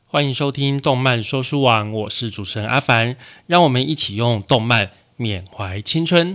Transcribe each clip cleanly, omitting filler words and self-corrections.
欢迎收听动漫说书网，我是主持人阿凡，让我们一起用动漫缅怀青春。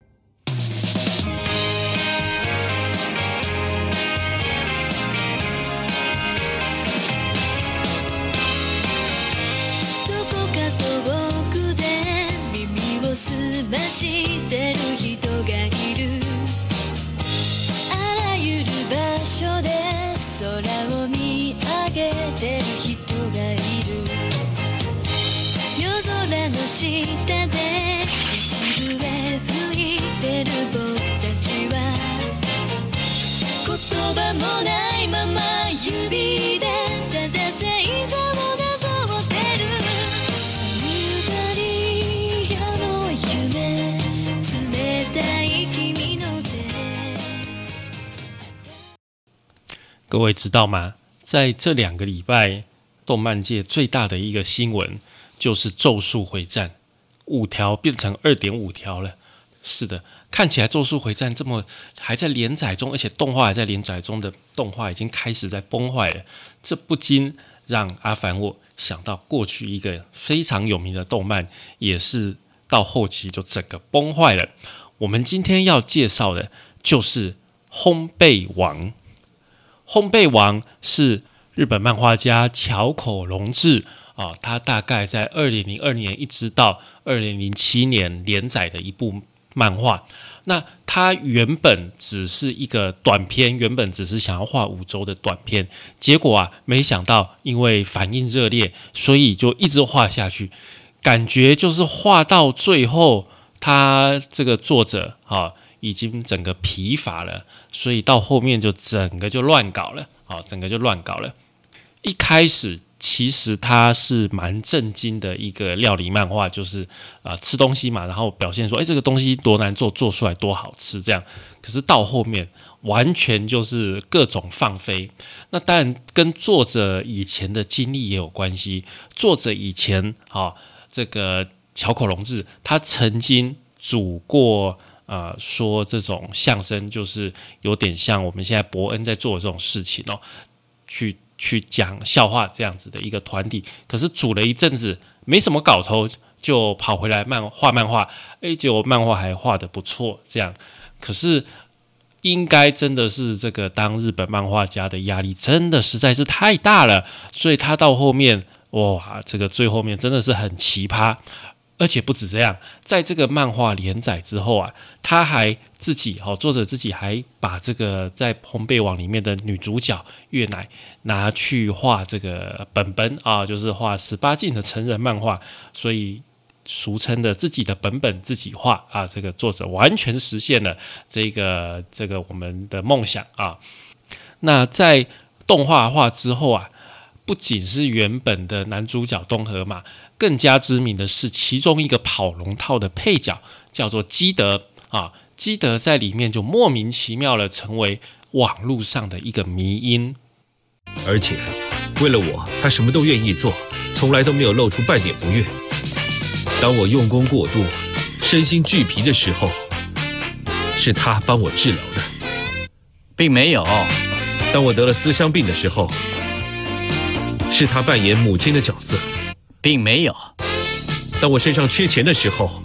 各位知道吗？在这2个礼拜，动漫界最大的一个新闻就是《咒术回战》5条变成 2.5 条了。是的，看起来《咒术回战》这么还在连载中，而且动画还在连载中的动画已经开始在崩坏了，这不禁让阿凡我想到过去一个非常有名的动漫，也是到后期就整个崩坏了。我们今天要介绍的就是《烘焙王》。烘焙王是日本漫画家桥口隆治他大概在2002年一直到2007年连载的一部漫画。那他原本只是一个短篇，原本只是想要画5周的短篇，结果没想到因为反应热烈，所以就一直画下去。感觉就是画到最后，他这个作者已经整个疲乏了，所以到后面就整个就乱搞了。一开始其实它是蛮震惊的一个料理漫画，就是吃东西嘛，然后表现说这个东西多难做，做出来多好吃这样。可是到后面完全就是各种放飞。那当然跟作者以前的经历也有关系。作者以前这个桥口隆治他曾经煮过说这种相声，就是有点像我们现在伯恩在做的这种事情去讲笑话这样子的一个团体。可是煮了一阵子没什么搞头，就跑回来画漫画，结果漫画还画得不错这样。可是应该真的是这个当日本漫画家的压力真的实在是太大了，所以他到后面这个最后面真的是很奇葩。而且不止这样，在这个漫画连载之后他还自己作者自己还把这个在烘焙网里面的女主角月乃拿去画这个本就是画18禁的成人漫画，所以俗称的自己的本本自己画这个作者完全实现了这个我们的梦想那在动画化之后不仅是原本的男主角东河马，更加知名的是其中一个跑龙套的配角叫做基德基德在里面就莫名其妙的成为网络上的一个迷因。 而且为了我，他什么都愿意做，从来都没有露出半点不悦。当我用功过度，身心俱疲的时候，是他帮我治疗的。 并没有。 当我得了思乡病的时候，是他扮演母亲的角色。 并没有。 当我身上缺钱的时候，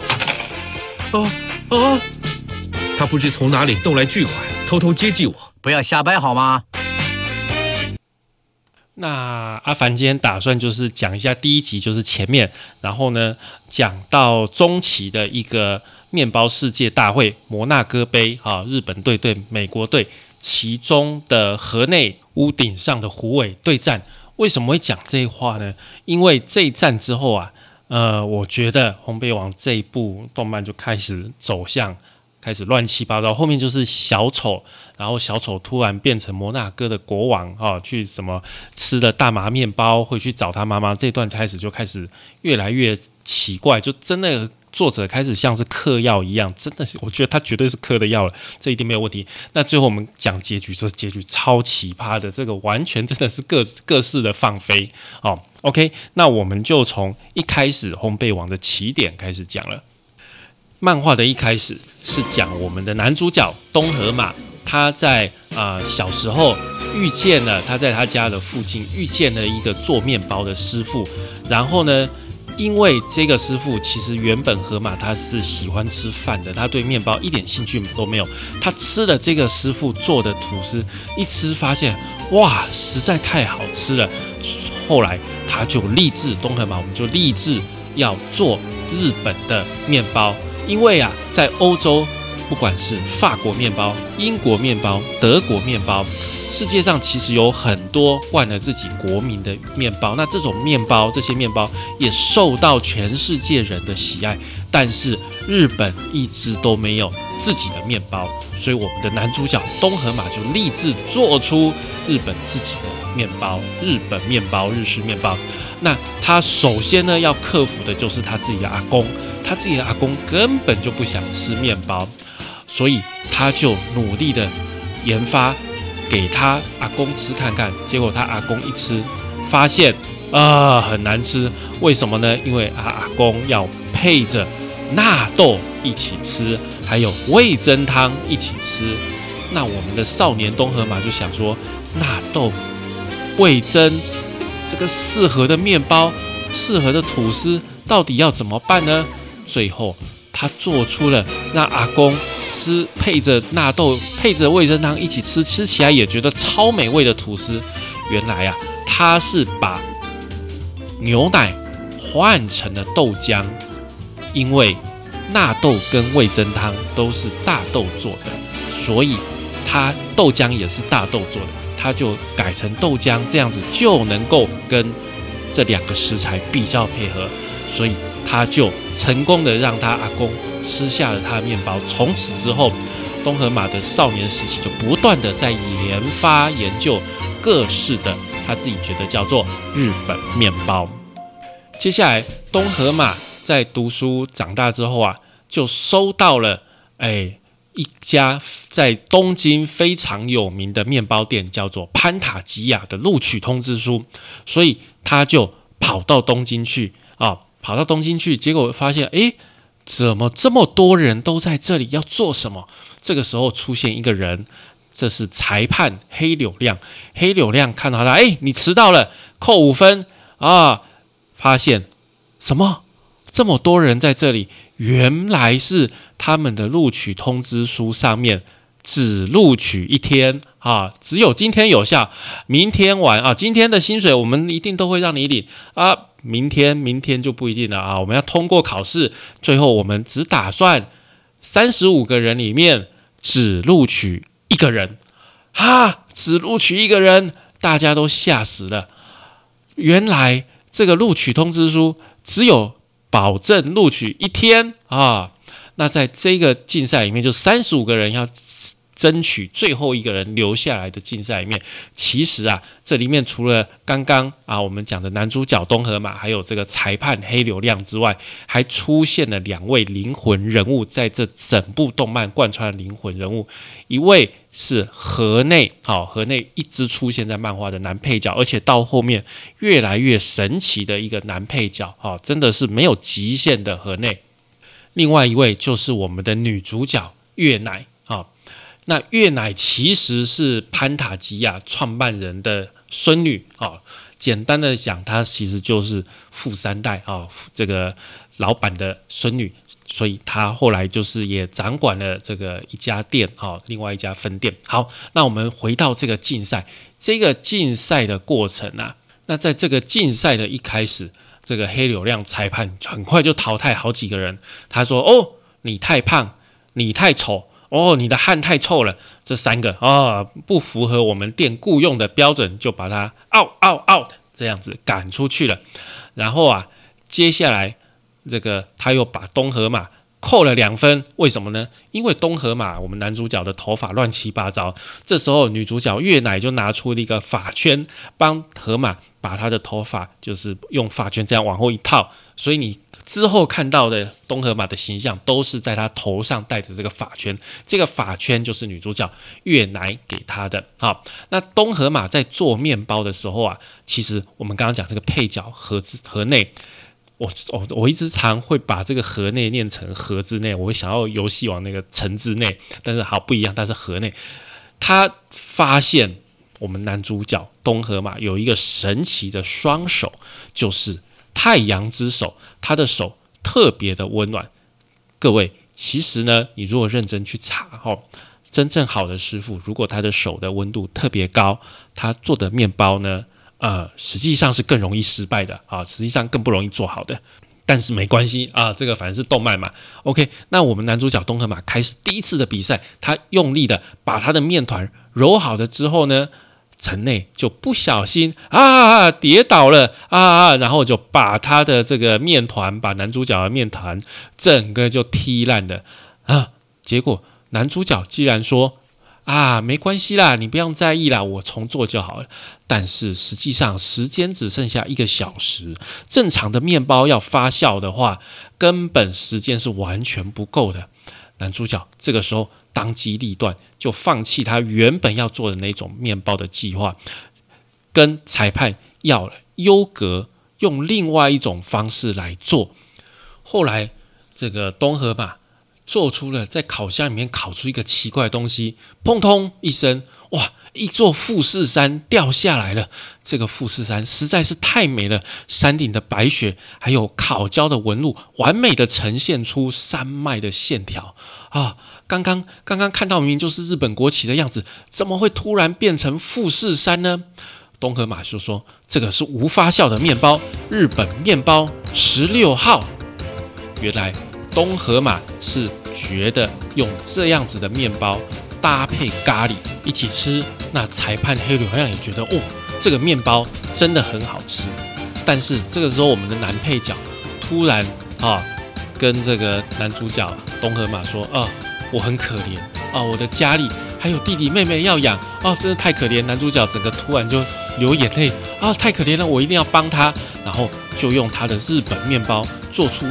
他不知从哪里动来巨款，偷偷接济我。 不要瞎掰好吗？ 那阿凡今天打算就是讲一下第1集，就是前面，然后呢讲到中期的一个面包世界大会摩纳哥杯日本队对美国队，其中的河内屋顶上的虎尾对战。为什么会讲这话呢？因为这一战之后我觉得《烘焙王》这一部动漫就开始走向开始乱七八糟，后面就是小丑，然后小丑突然变成摩纳哥的国王去什么吃了大麻面包会去找他妈妈，这段开始越来越奇怪，就真的作者开始像是嗑药一样，真的是我觉得他绝对是嗑的药了，这一定没有问题。那最后我们讲结局，这结局超奇葩的，这个完全真的是各式的放飞OK， 那我们就从一开始烘焙王的起点开始讲了。漫画的一开始是讲我们的男主角东河马，他在小时候遇见了他在他家的附近遇见了一个做面包的师傅，然后呢，因为这个师傅其实原本河马他是喜欢吃饭的，他对面包一点兴趣都没有。他吃了这个师傅做的吐司，一吃发现哇，实在太好吃了。后来他就立志，东河马我们就立志要做日本的面包，因为啊，在欧洲不管是法国面包、英国面包、德国面包，世界上其实有很多惯了自己国民的面包，那这种面包，这些面包也受到全世界人的喜爱，但是日本一直都没有自己的面包，所以我们的男主角东河马就立志做出日本自己的面包，日本面包、日式面包。那他首先呢要克服的就是他自己的阿公，他自己的阿公根本就不想吃面包，所以他就努力的研发给他阿公吃看看，结果他阿公一吃，发现很难吃。为什么呢？因为阿公要配着纳豆一起吃，还有味噌汤一起吃。那我们的少年东河马就想说，纳豆、味噌这个适合的面包、适合的吐司，到底要怎么办呢？最后他做出了让阿公吃配着纳豆、配着味噌汤一起吃，吃起来也觉得超美味的吐司。原来啊，他是把牛奶换成了豆浆，因为纳豆跟味噌汤都是大豆做的，所以他豆浆也是大豆做的，他就改成豆浆，这样子就能够跟这两个食材比较配合，所以他就成功的让他阿公吃下了他的面包。从此之后，东河马的少年时期就不断的在研发研究各式的他自己觉得叫做日本面包。接下来东河马在读书长大之后啊，就收到了一家在东京非常有名的面包店叫做潘塔吉亚的录取通知书，所以他就跑到东京去，结果发现怎么这么多人都在这里，要做什么？这个时候出现一个人，这是裁判黑柳亮。黑柳亮看到他，你迟到了，扣5分啊！发现什么？这么多人在这里，原来是他们的录取通知书上面只录取1天啊，只有今天有效，明天完啊，今天的薪水我们一定都会让你领啊，明天就不一定了啊，我们要通过考试，最后我们只打算35个人里面只录取1个人啊，只录取1个人，大家都吓死了。原来这个录取通知书只有保证录取1天啊，那在这个竞赛里面，就35个人要争取最后1个人留下来的竞赛里面，其实啊，这里面除了刚刚我们讲的男主角东河马，还有这个裁判黑柳亮之外，还出现了2位灵魂人物，在这整部动漫贯穿的灵魂人物，一位是河内，河内一直出现在漫画的男配角，而且到后面越来越神奇的一个男配角，真的是没有极限的河内。另外一位就是我们的女主角月乃。那月乃其实是潘塔吉亚创办人的孙女，简单的讲，她其实就是富3代这个老板的孙女，所以她后来就是也掌管了这个一家店，另外一家分店。好，那我们回到这个竞赛，这个竞赛的过程啊，那在这个竞赛的一开始，这个黑柳亮裁判很快就淘汰好几个人，他说你太胖，你太丑，你的汗太臭了，这3个不符合我们店雇用的标准，就把他 out 这样子赶出去了。然后接下来这个他又把东河马扣了2分，为什么呢？因为东河马我们男主角的头发乱七八糟，这时候女主角月乃就拿出了一个发圈，帮河马把他的头发就是用发圈这样往后一套，所以你之后看到的东河马的形象都是在他头上戴着这个发圈，这个发圈就是女主角月乃给他的。好，那东河马在做面包的时候其实我们刚刚讲这个配角河内，我一直常会把这个河内念成河之内，我会想要游戏王那个城之内，但是好不一样，但是河内他发现我们男主角东河马有一个神奇的双手，就是太阳之手，他的手特别的温暖。各位，其实呢，你如果认真去查真正好的师傅，如果他的手的温度特别高，他做的面包呢，实际上是更容易失败的啊，实际上更不容易做好的。但是没关系啊，这个反正是动漫嘛。OK， 那我们男主角东河马开始第一次的比赛，他用力的把他的面团揉好了之后呢，城内就不小心跌倒了然后就把他的这个面团，把男主角的面团整个就踢烂了结果男主角既然说没关系啦，你不用在意啦，我重做就好了。但是实际上时间只剩下1个小时，正常的面包要发酵的话，根本时间是完全不够的。男主角这个时候当机立断，就放弃他原本要做的那种面包的计划，跟裁判要了优格，用另外一种方式来做。后来这个东河马做出了在烤箱里面烤出一个奇怪的东西，砰通一声，哇！一座富士山掉下来了。这个富士山实在是太美了，山顶的白雪还有烤焦的纹路，完美的呈现出山脉的线条刚刚看到明明就是日本国旗的样子，怎么会突然变成富士山呢？东河马就说这个是无发酵的面包，日本面包16号。原来东河马是觉得用这样子的面包搭配咖喱一起吃，那裁判黑柳好像也觉得这个面包真的很好吃。但是这个时候我们的男配角突然跟这个男主角东河马说我很可怜我的家里还有弟弟妹妹要养真的太可怜。男主角整个突然就流眼泪太可怜了，我一定要帮他。然后就用他的日本面包做出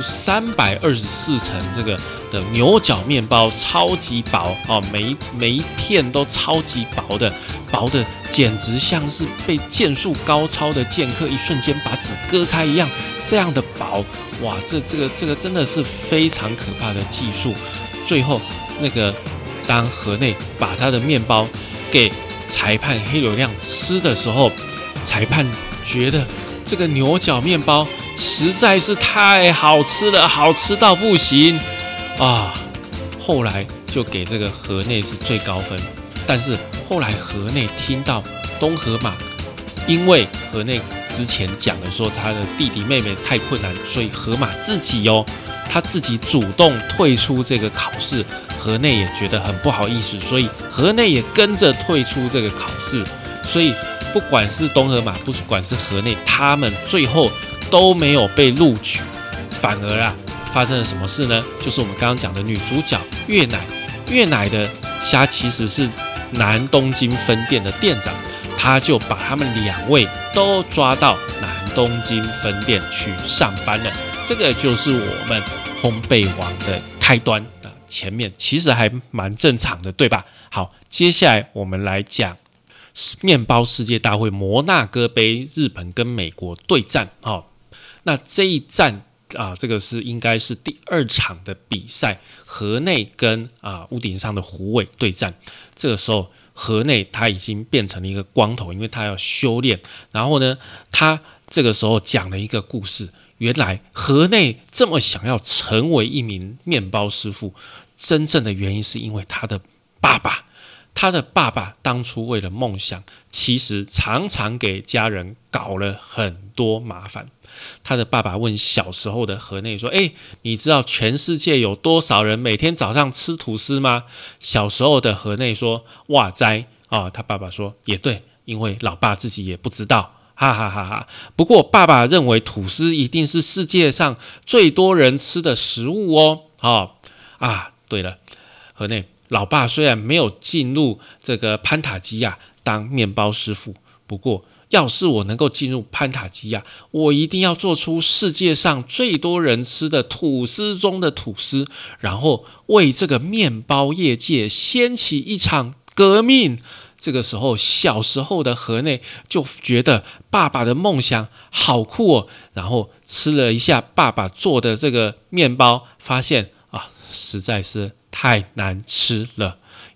324层这个的牛角面包，超级薄每一片都超级薄的简直像是被剑术高超的剑客一瞬间把纸割开一样，这样的薄，哇，这个真的是非常可怕的技术。最后那个当河内把他的面包给裁判黑流亮吃的时候，裁判觉得这个牛角面包实在是太好吃了，好吃到不行后来就给这个河内是最高分。但是后来河内听到东河马，因为河内之前讲了说他的弟弟妹妹太困难，所以河马自己他自己主动退出这个考试，河内也觉得很不好意思，所以河内也跟着退出这个考试。所以不管是东河马，不管是河内，他们最后都没有被录取，反而发生了什么事呢？就是我们刚刚讲的女主角月乃的她其实是南东京分店的店长，他就把他们2位都抓到南东京分店去上班了。这个就是我们烘焙王的开端前面其实还蛮正常的，对吧？好，接下来我们来讲面包世界大会摩纳哥杯，日本跟美国对战那这一战这个是应该是第2场的比赛，河内跟屋顶上的虎尾对战。这个时候河内他已经变成了一个光头，因为他要修炼。然后呢，他这个时候讲了一个故事，原来河内这么想要成为一名面包师傅，真正的原因是因为他的爸爸当初为了梦想，其实常常给家人搞了很多麻烦。他的爸爸问小时候的河内说：你知道全世界有多少人每天早上吃吐司吗？小时候的河内说：哇哉他爸爸说也对，因为老爸自己也不知道，哈哈哈哈。不过爸爸认为吐司一定是世界上最多人吃的食物对了，河内老爸虽然没有进入这个潘塔基亚当面包师傅，不过要是我能够进入潘塔基亚，我一定要做出世界上最多人吃的吐司中的吐司，然后为这个面包业界掀起一场革命。这个时候小时候的河内就觉得爸爸的梦想好酷然后吃了一下爸爸做的这个面包，发现实在是太难吃了。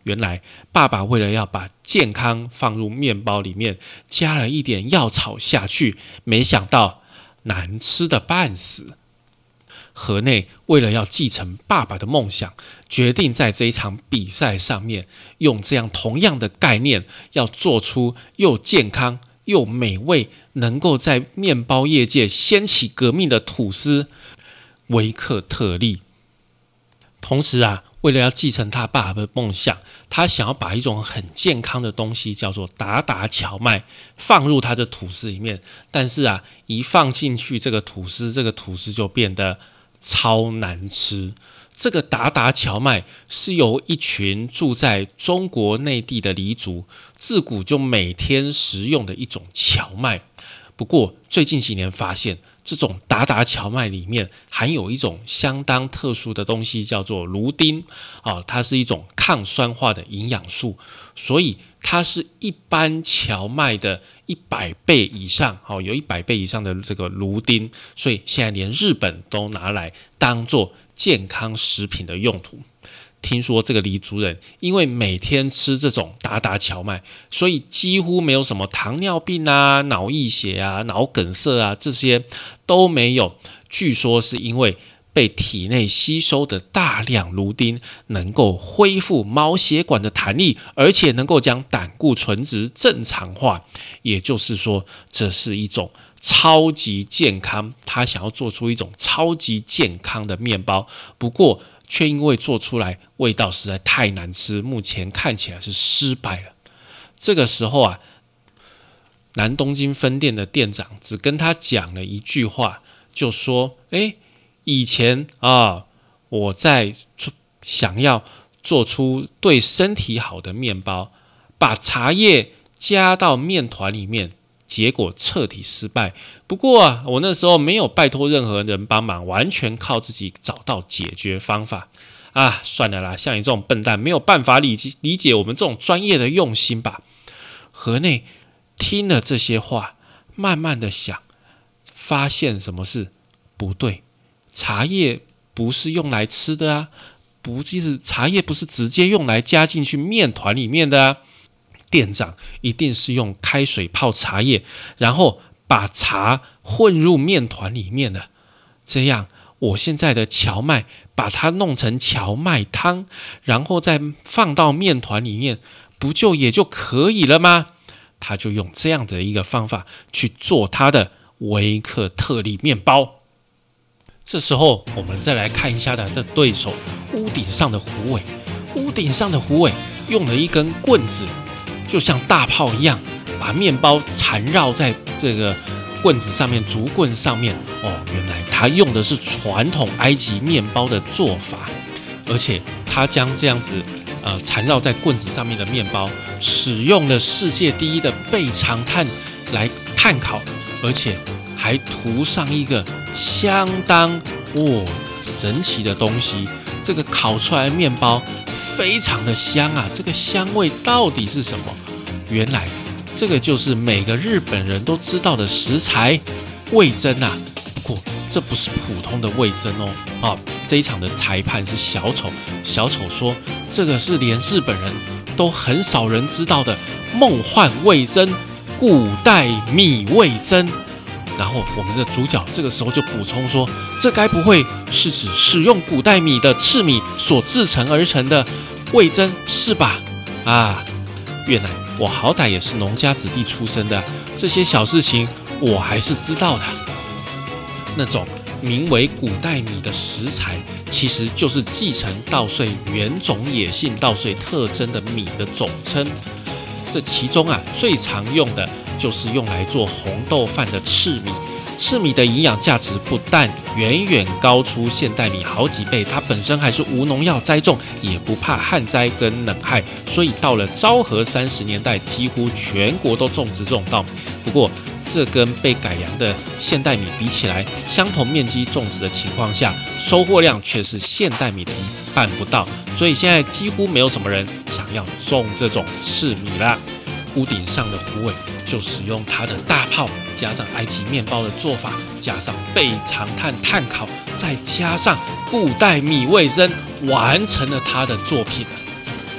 原来爸爸为了要把健康放入面包里面，加了一点药草下去，没想到难吃的半死。河内为了要继承爸爸的梦想，决定在这一场比赛上面用这样同样的概念，要做出又健康又美味，能够在面包业界掀起革命的吐司维克特利。同时啊，为了要继承他爸爸的梦想，他想要把一种很健康的东西叫做达达荞麦放入他的吐司里面，但是啊，一放进去这个吐司就变得超难吃。这个达达荞麦是由一群住在中国内地的黎族自古就每天食用的一种荞麦。不过最近几年发现，这种达达荞麦里面含有一种相当特殊的东西，叫做芦丁它是一种抗酸化的营养素，所以它是一般荞麦的100倍以上，有100倍以上的这个芦丁，所以现在连日本都拿来当做健康食品的用途。听说这个黎族人因为每天吃这种达达荞麦，所以几乎没有什么糖尿病啊、脑溢血啊、脑梗塞啊，这些都没有。据说是因为被体内吸收的大量芦丁能够恢复毛血管的弹力，而且能够将胆固醇值正常化。也就是说，这是一种超级健康，他想要做出一种超级健康的面包，不过却因为做出来味道实在太难吃，目前看起来是失败了。这个时候啊，南东京分店的店长只跟他讲了一句话，就说以前我在想要做出对身体好的面包，把茶叶加到面团里面，结果彻底失败。不过我那时候没有拜托任何人帮忙，完全靠自己找到解决方法。算了啦，像你这种笨蛋没有办法理解我们这种专业的用心吧。河内听了这些话，慢慢的想，发现什么事不对，茶叶不是用来吃的啊，茶叶不是直接用来加进去面团里面的啊。店长一定是用开水泡茶叶，然后把茶混入面团里面的。这样我现在的荞麦把它弄成荞麦汤，然后再放到面团里面，不就也就可以了吗？他就用这样的一个方法去做他的维克特利面包。这时候我们再来看一下他的对手屋顶上的虎尾。屋顶上的虎尾用了一根棍子，就像大炮一样，把面包缠绕在这个棍子上面，竹棍上面。原来他用的是传统埃及面包的做法，而且他将这样子缠绕在棍子上面的面包，使用了世界第一的倍长炭来炭烤，而且还涂上一个相当神奇的东西。这个烤出来的面包非常的香啊，这个香味到底是什么？原来这个就是每个日本人都知道的食材味噌啊。不过这不是普通的味噌这一场的裁判是小丑。小丑说这个是连日本人都很少人知道的梦幻味噌，古代米味噌。然后我们的主角这个时候就补充说，这该不会是指使用古代米的赤米所制成而成的味噌是吧？原来我好歹也是农家子弟出身的，这些小事情我还是知道的。那种名为古代米的食材，其实就是继承稻穗原种野性稻穗特征的米的总称。这其中最常用的就是用来做红豆饭的赤米。赤米的营养价值不但远远高出现代米好几倍，它本身还是无农药栽种，也不怕旱灾跟冷害，所以到了昭和30年代，几乎全国都种植这种稻米。不过这跟被改良的现代米比起来，相同面积种植的情况下，收获量却是现代米的1半不到，所以现在几乎没有什么人想要种这种赤米啦。屋顶上的虎尾就使用它的大炮，加上埃及面包的做法，加上倍长炭炭烤，再加上古代米味噌，完成了他的作品。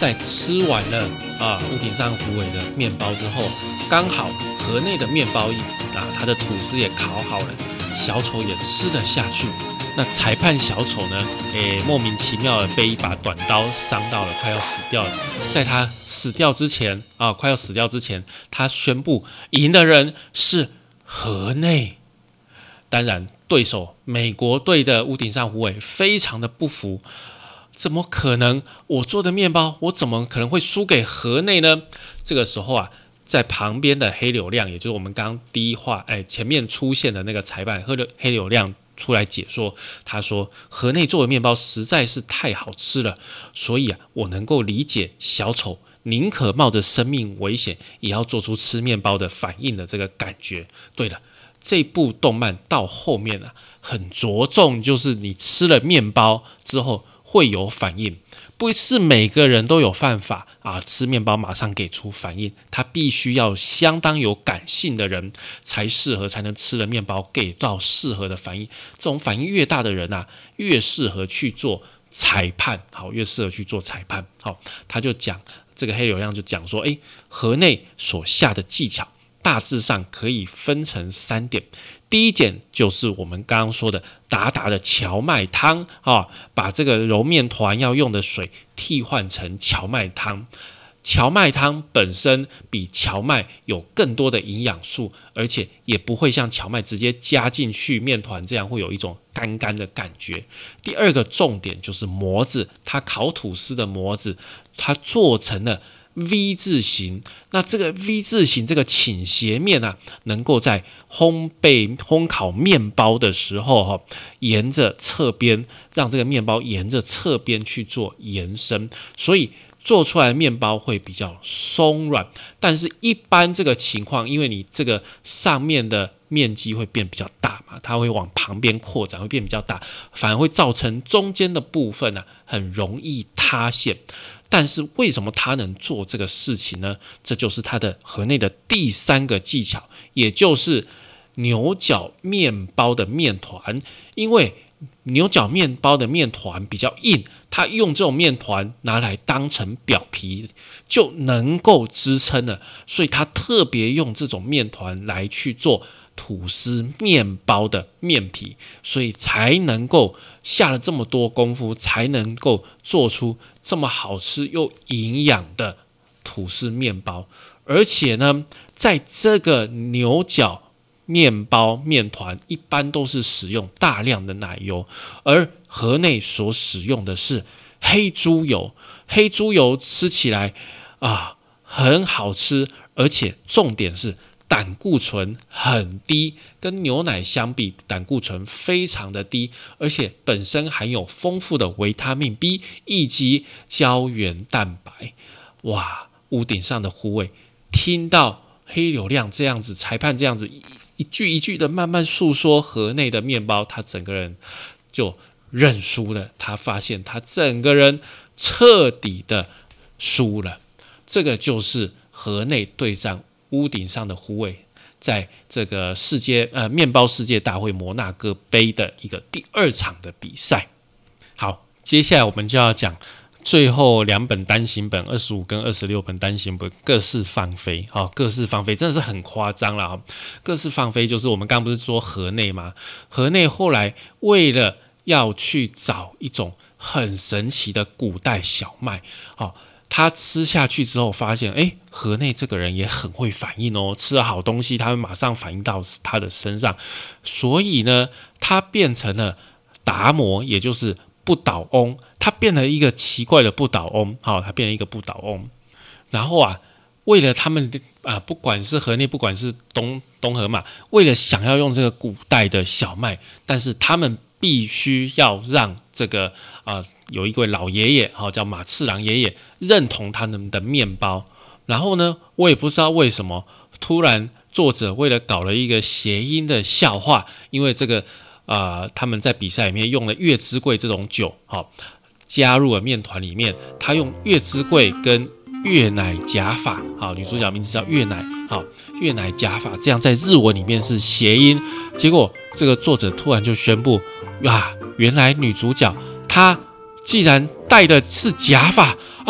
在吃完了屋顶上虎尾的面包之后，刚好河内的面包他的吐司也烤好了，小丑也吃了下去。那裁判小丑呢，莫名其妙的被一把短刀伤到了，快要死掉了。在他死掉之前快要死掉之前，他宣布赢的人是河内。当然，对手美国队的屋顶上虎尾非常的不服，怎么可能？我做的面包，我怎么可能会输给河内呢？这个时候在旁边的黑柳亮，也就是我们刚刚第一话前面出现的那个裁判黑柳亮出来解说，他说河内做的面包实在是太好吃了，所以我能够理解小丑宁可冒着生命危险也要做出吃面包的反应的这个感觉。对了，这部动漫到后面很着重就是你吃了面包之后会有反应，不是每个人都有办法吃面包马上给出反应，他必须要相当有感性的人才适合，才能吃了面包给到适合的反应。这种反应越大的人越适合去做裁判，越适合去做裁判。他就讲这个黑柳亮就讲说，河内所下的技巧大致上可以分成3点。第一点就是我们刚刚说的达达的荞麦汤把这个揉面团要用的水替换成荞麦汤。荞麦汤本身比荞麦有更多的营养素，而且也不会像荞麦直接加进去面团这样会有一种干干的感觉。第二个重点就是模子，它烤吐司的模子它做成了V 字形，那这个 V 字形这个倾斜面能够在烘烤面包的时候沿着侧边，让这个面包沿着侧边去做延伸，所以做出来的面包会比较松软。但是一般这个情况，因为你这个上面的面积会变比较大嘛，它会往旁边扩展，会变比较大，反而会造成中间的部分很容易塌陷。但是为什么他能做这个事情呢？这就是他的河内的第3个技巧，也就是牛角面包的面团。因为牛角面包的面团比较硬，他用这种面团拿来当成表皮就能够支撑了，所以他特别用这种面团来去做吐司面包的面皮，所以才能够下了这么多功夫，才能够做出这么好吃又营养的吐司面包。而且呢，在这个牛角面包面团一般都是使用大量的奶油，而河内所使用的是黑猪油。黑猪油吃起来很好吃，而且重点是胆固醇很低，跟牛奶相比胆固醇非常的低，而且本身含有丰富的维他命 B 以及胶原蛋白。哇，屋顶上的虎尾听到黑柳亮这样子，裁判这样子一句一句的慢慢诉说河内的面包，他整个人就认输了。他发现他整个人彻底的输了。这个就是河内对战屋顶上的虎尾，在这个面包世界大会摩纳哥杯的一个第2场的比赛。好，接下来我们就要讲最后2本单行本25跟26本单行本各式放飞。各式放飞真的是很夸张啦。各式放飞就是我们刚刚不是说河内吗？河内后来为了要去找一种很神奇的古代小麦，他吃下去之后发现，河内这个人也很会反应哦，吃了好东西他会马上反应到他的身上，所以呢他变成了达摩，也就是不倒翁。他变了一个奇怪的不倒翁，他变成一个不倒翁。然后为了他们不管是河内不管是东河嘛，为了想要用这个古代的小麦，但是他们必须要让这个有一位老爷爷叫马次郎爷爷认同他们的面包。然后呢，我也不知道为什么突然作者为了搞了一个谐音的笑话，因为这个他们在比赛里面用了月之桂这种酒加入了面团里面，他用月之桂跟月奶假发，女主角名字叫月奶，月奶假发，这样在日文里面是谐音。结果这个作者突然就宣布，原来女主角她既然戴的是假发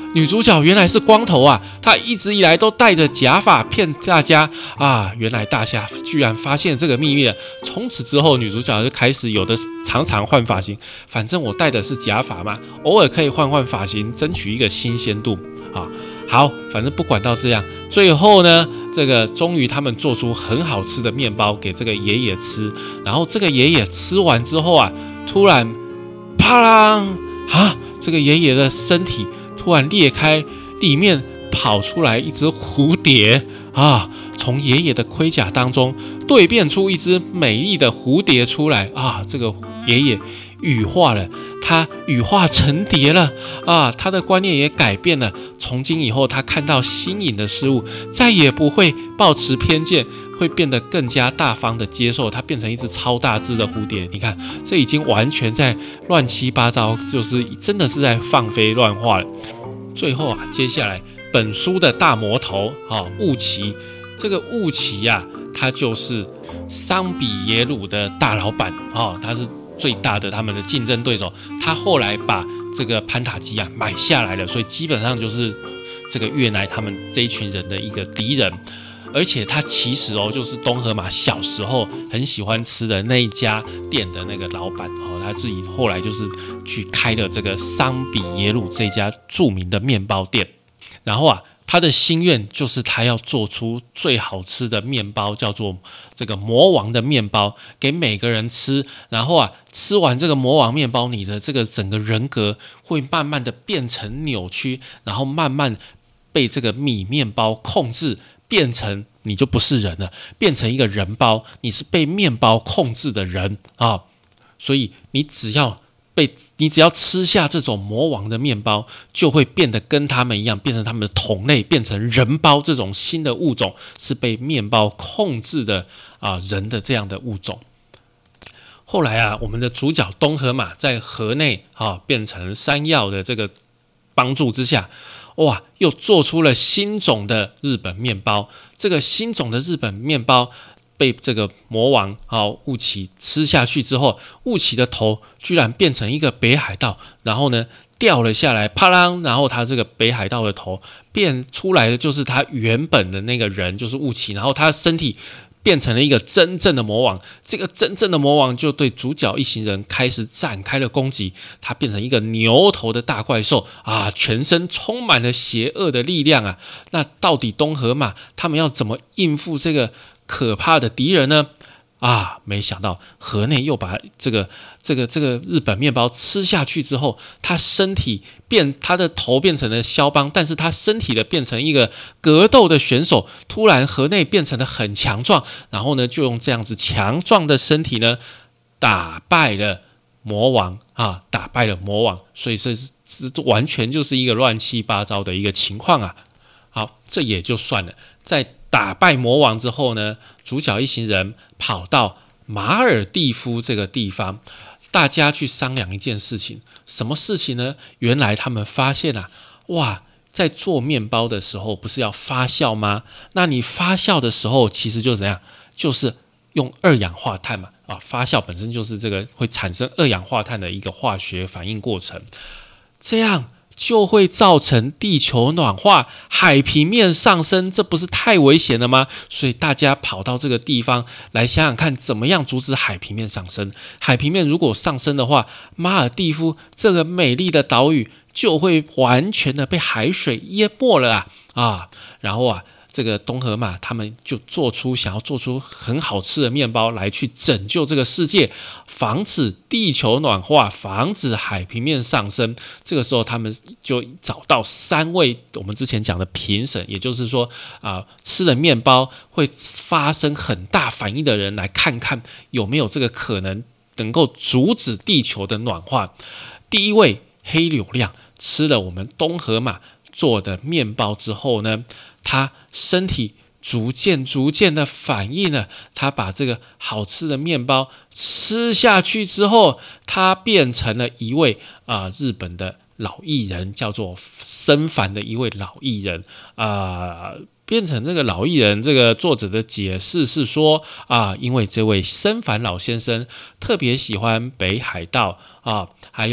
女主角原来是光头啊！她一直以来都戴着假发骗大家啊！原来大家居然发现这个秘密了。从此之后，女主角就开始有的常常换发型，反正我戴的是假发嘛，偶尔可以换换发型，争取一个新鲜度啊！好，反正不管到这样，最后呢，这个终于他们做出很好吃的面包给这个爷爷吃，然后这个爷爷吃完之后啊，突然啪啷啊，这个爷爷的身体突然裂开，里面跑出来一只蝴蝶啊！从爷爷的盔甲当中蜕变出一只美丽的蝴蝶出来啊！这个爷爷羽化了，他羽化成蝶了啊！他的观念也改变了，从今以后他看到新颖的事物，再也不会抱持偏见，会变得更加大方的接受。他变成一只超大只的蝴蝶，你看，这已经完全在乱七八糟，就是真的是在放飞乱画了。最后啊，接下来本书的大魔头雾奇，这个雾奇啊，他就是桑比耶鲁的大老板他是最大的他们的竞争对手。他后来把这个潘塔基啊买下来了，所以基本上就是这个越南他们这一群人的一个敌人。而且他其实就是东河马小时候很喜欢吃的那一家店的那个老板他自己后来就是去开了这个桑比耶鲁这家著名的面包店。然后啊，他的心愿就是他要做出最好吃的面包，叫做这个魔王的面包，给每个人吃。然后啊，吃完这个魔王面包，你的这个整个人格会慢慢的变成扭曲，然后慢慢被这个米面包控制，变成你就不是人了，变成一个人包，你是被面包控制的人啊！所以你只要吃下这种魔王的面包，就会变得跟他们一样，变成他们的同类，变成人包这种新的物种，是被面包控制的人的这样的物种。后来啊，我们的主角东河马在河内变成山药的这个帮助之下，哇，又做出了新种的日本面包。这个新种的日本面包被这个魔王雾奇吃下去之后，雾奇的头居然变成一个北海道，然后呢掉了下来，啪啷，然后他这个北海道的头变出来的就是他原本的那个人，就是雾奇，然后他的身体变成了一个真正的魔王。这个真正的魔王就对主角一行人开始展开了攻击。他变成一个牛头的大怪兽全身充满了邪恶的力量啊！那到底东河马他们要怎么应付这个可怕的敌人呢？没想到河内又把这个日本面包吃下去之后，他的头变成了肖邦，但是他身体的变成一个格斗的选手。突然河内变成了很强壮，然后呢就用这样子强壮的身体呢打败了魔王。所以这完全就是一个乱七八糟的一个情况啊。好，这也就算了。在打败魔王之后呢，主角一行人跑到马尔地夫这个地方，大家去商量一件事情。什么事情呢？原来他们发现在做面包的时候不是要发酵吗？那你发酵的时候其实就怎样？就是用二氧化碳嘛。发酵本身就是这个会产生二氧化碳的一个化学反应过程，这样就会造成地球暖化，海平面上升，这不是太危险了吗？所以大家跑到这个地方来想想看，怎么样阻止海平面上升。海平面如果上升的话，马尔地夫这个美丽的岛屿就会完全的被海水淹没了然后这个东河马他们就想要做出很好吃的面包来去拯救这个世界，防止地球暖化，防止海平面上升。这个时候他们就找到3位我们之前讲的评审，也就是说吃了面包会发生很大反应的人，来看看有没有这个可能能够阻止地球的暖化。第一位黑柳亮吃了我们东河马做的面包之后呢，他身体逐渐的反应了，他把这个好吃的面包吃下去之后，他变成了一位日本的老艺人，叫做森繁的一位老艺人变成这个老艺人，这个作者的解释是说因为这位森繁老先生特别喜欢北海道还有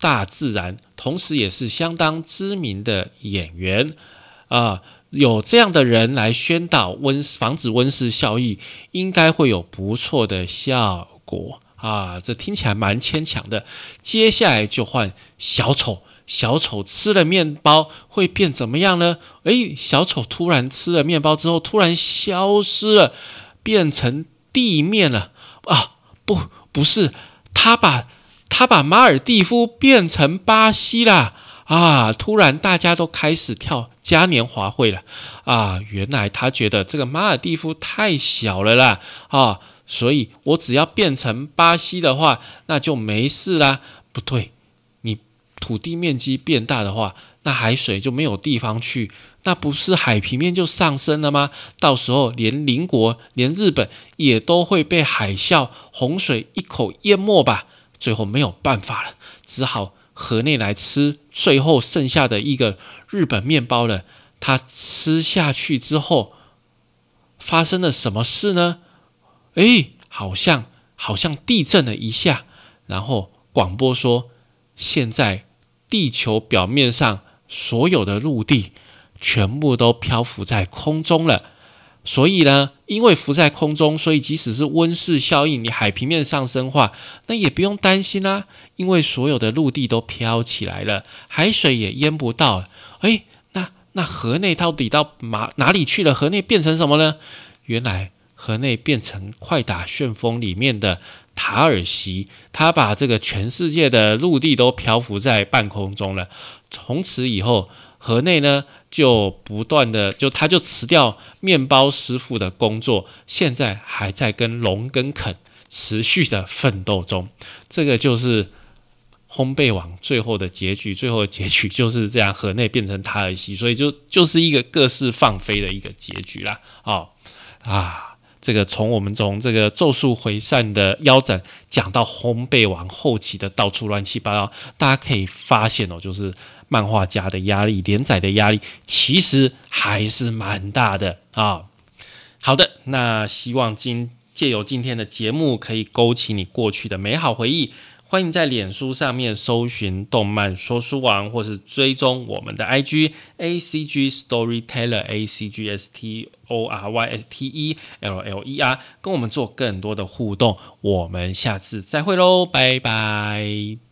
大自然，同时也是相当知名的演员有这样的人来宣导防止温室效应，应该会有不错的效果这听起来蛮牵强的。接下来就换小丑，小丑吃了面包会变怎么样呢？小丑突然吃了面包之后，突然消失了，变成地面了不是，他把马尔地夫变成巴西啦突然大家都开始跳嘉年华会了原来他觉得这个马尔地夫太小了啦所以我只要变成巴西的话，那就没事啦。不对，你土地面积变大的话，那海水就没有地方去，那不是海平面就上升了吗？到时候连邻国，连日本也都会被海啸、洪水一口淹没吧。最后没有办法了，只好河内来吃最后剩下的一个日本面包了。他吃下去之后，发生了什么事呢？好像地震了一下，然后广播说，现在地球表面上所有的陆地全部都漂浮在空中了。所以呢，因为浮在空中，所以即使是温室效应，你海平面上升化，那也不用担心啦，因为所有的陆地都飘起来了，海水也淹不到了。那河内到底到哪里去了？河内变成什么呢？原来河内变成快打旋风里面的塔尔西，他把这个全世界的陆地都漂浮在半空中了。从此以后，河内呢就不断的他就辞掉面包师傅的工作，现在还在跟龙跟肯持续的奋斗中。这个就是烘焙网最后的结局就是这样，河内变成塔尔西，所以就是一个各式放飞的一个结局啦。这个从我们从这个咒术回战的腰斩讲到烘焙网后期的到处乱七八糟，大家可以发现就是漫画家的压力、连载的压力其实还是蛮大的好的，那希望借由今天的节目可以勾起你过去的美好回忆。欢迎在脸书上面搜寻动漫说书王，或是追踪我们的 IG ACG Storyteller ACG StoryTeller，跟我们做更多的互动。我们下次再会喽，拜拜。